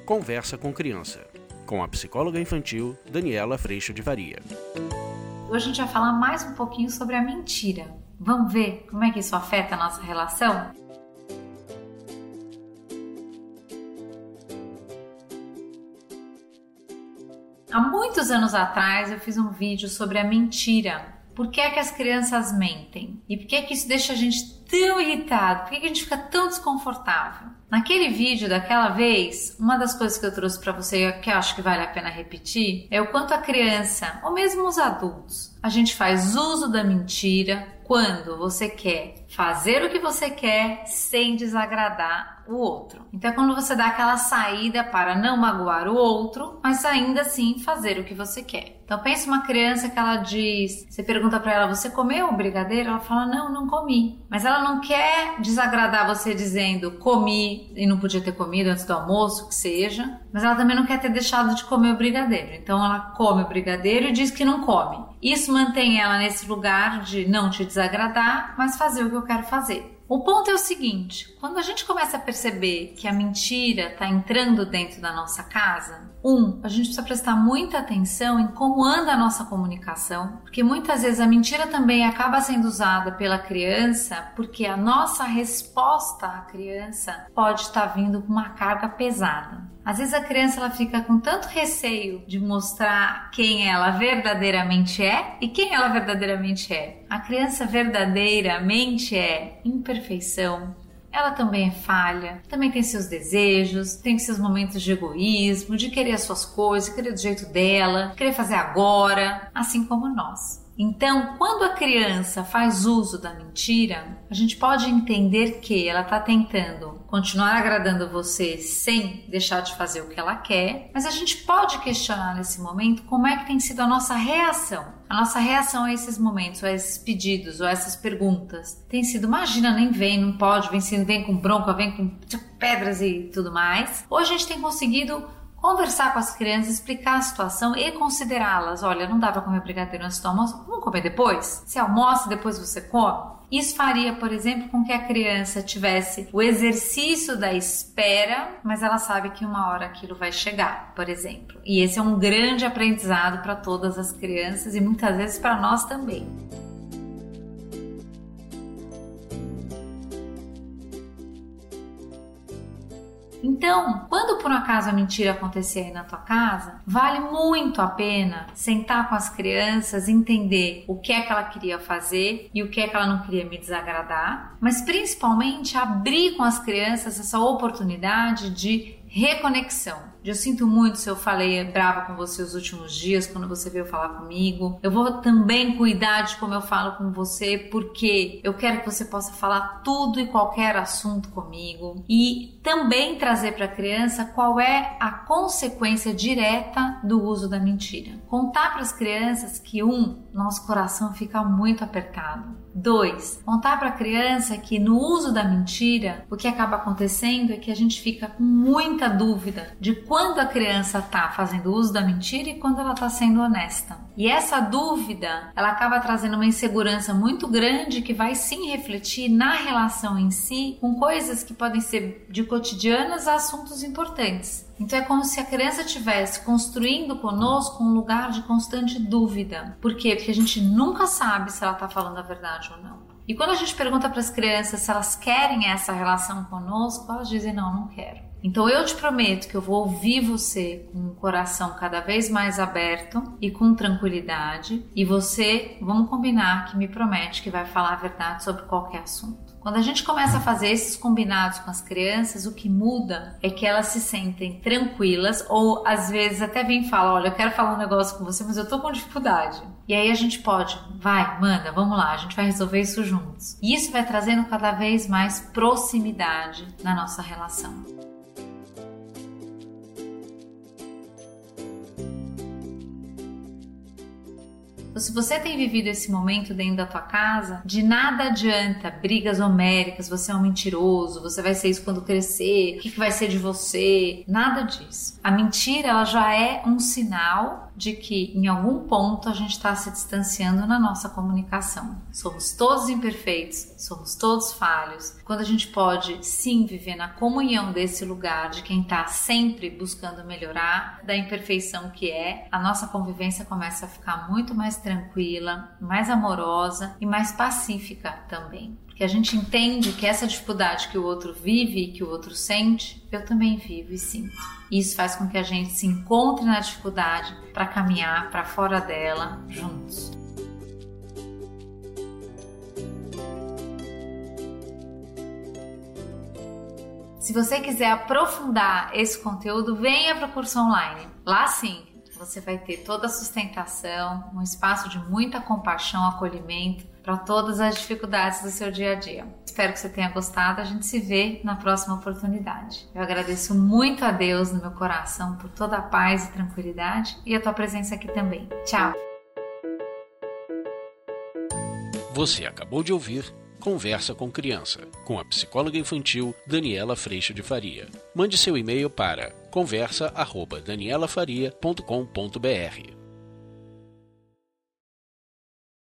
Conversa com Criança, com a psicóloga infantil Daniela Freixo de Varia. Hoje a gente vai falar mais um pouquinho sobre a mentira. Vamos ver como é que isso afeta a nossa relação? Há muitos anos atrás eu fiz um vídeo sobre a mentira. Por que é que as crianças mentem? E por que é que isso deixa a gente tão irritado? Por que é que a gente fica tão desconfortável? Naquele vídeo daquela vez, uma das coisas que eu trouxe para você que eu acho que vale a pena repetir é o quanto a criança, ou mesmo os adultos, a gente faz uso da mentira quando você quer fazer o que você quer sem desagradar o outro. Então é quando você dá aquela saída para não magoar o outro, mas ainda assim fazer o que você quer. Então pensa uma criança que ela diz, você pergunta para ela, você comeu o brigadeiro? Ela fala, não comi. Mas ela não quer desagradar você dizendo, comi e não podia ter comido antes do almoço, que seja. Mas ela também não quer ter deixado de comer o brigadeiro. Então ela come o brigadeiro e diz que não come. Isso mantém ela nesse lugar de não te desagradar, mas fazer o que eu quero fazer. O ponto é o seguinte, quando a gente começa a perceber que a mentira está entrando dentro da nossa casa, a gente precisa prestar muita atenção em como anda a nossa comunicação, porque muitas vezes a mentira também acaba sendo usada pela criança porque a nossa resposta à criança pode estar vindo com uma carga pesada. Às vezes a criança ela fica com tanto receio de mostrar quem ela verdadeiramente é e quem ela verdadeiramente é. A criança verdadeiramente é imperfeição. Ela também é falha, também tem seus desejos, tem seus momentos de egoísmo, de querer as suas coisas, querer do jeito dela, querer fazer agora, assim como nós. Então, quando a criança faz uso da mentira, a gente pode entender que ela está tentando continuar agradando você sem deixar de fazer o que ela quer, mas a gente pode questionar nesse momento como é que tem sido a nossa reação. A nossa reação a esses momentos, a esses pedidos ou a essas perguntas tem sido, imagina, nem vem, não pode, vem com bronca, vem com pedras e tudo mais. Ou a gente tem conseguido conversar com as crianças, explicar a situação e considerá-las. Olha, não dá para comer brigadeiro antes do almoço, vamos comer depois? Você almoça e depois você come? Isso faria, por exemplo, com que a criança tivesse o exercício da espera, mas ela sabe que uma hora aquilo vai chegar, por exemplo. E esse é um grande aprendizado para todas as crianças e muitas vezes para nós também. Então, quando por um acaso a mentira acontecer aí na tua casa, vale muito a pena sentar com as crianças, entender o que é que ela queria fazer e o que é que ela não queria me desagradar, mas principalmente abrir com as crianças essa oportunidade de reconexão. Eu sinto muito se eu falei brava com você os últimos dias, quando você veio falar comigo. Eu vou também cuidar de como eu falo com você, porque eu quero que você possa falar tudo e qualquer assunto comigo. E também trazer para a criança qual é a consequência direta do uso da mentira. Contar para as crianças que nosso coração fica muito apertado. 2, contar para a criança que no uso da mentira, o que acaba acontecendo é que a gente fica com muita dúvida de quando a criança está fazendo uso da mentira e quando ela está sendo honesta. E essa dúvida, ela acaba trazendo uma insegurança muito grande que vai sim refletir na relação em si, com coisas que podem ser de cotidianas a assuntos importantes. Então é como se a criança estivesse construindo conosco um lugar de constante dúvida. Por quê? Porque a gente nunca sabe se ela está falando a verdade ou não. E quando a gente pergunta para as crianças se elas querem essa relação conosco, elas dizem não quero. Então eu te prometo que eu vou ouvir você com o coração cada vez mais aberto e com tranquilidade. E você, vamos combinar que me promete que vai falar a verdade sobre qualquer assunto. Quando a gente começa a fazer esses combinados com as crianças, o que muda é que elas se sentem tranquilas ou às vezes até vem e fala, olha, eu quero falar um negócio com você, mas eu tô com dificuldade. E aí a gente pode, manda, vamos lá, a gente vai resolver isso juntos. E isso vai trazendo cada vez mais proximidade na nossa relação. Então, se você tem vivido esse momento dentro da tua casa, de nada adianta brigas homéricas, você é um mentiroso, você vai ser isso quando crescer, o que vai ser de você, nada disso. A mentira, ela já é um sinal de que em algum ponto a gente está se distanciando na nossa comunicação. Somos todos imperfeitos, somos todos falhos. Quando a gente pode sim viver na comunhão desse lugar de quem está sempre buscando melhorar, da imperfeição que é, a nossa convivência começa a ficar muito mais tranquila, mais amorosa e mais pacífica também. Porque a gente entende que essa dificuldade que o outro vive e que o outro sente, eu também vivo e sinto. Isso faz com que a gente se encontre na dificuldade para caminhar para fora dela juntos. Se você quiser aprofundar esse conteúdo, venha para o curso online. Lá sim, você vai ter toda a sustentação, um espaço de muita compaixão, acolhimento para todas as dificuldades do seu dia a dia. Espero que você tenha gostado. A gente se vê na próxima oportunidade. Eu agradeço muito a Deus no meu coração por toda a paz e tranquilidade e a tua presença aqui também. Tchau! Você acabou de ouvir Conversa com Criança, com a psicóloga infantil Daniela Freixo de Faria. Mande seu e-mail para conversa@danielafaria.com.br.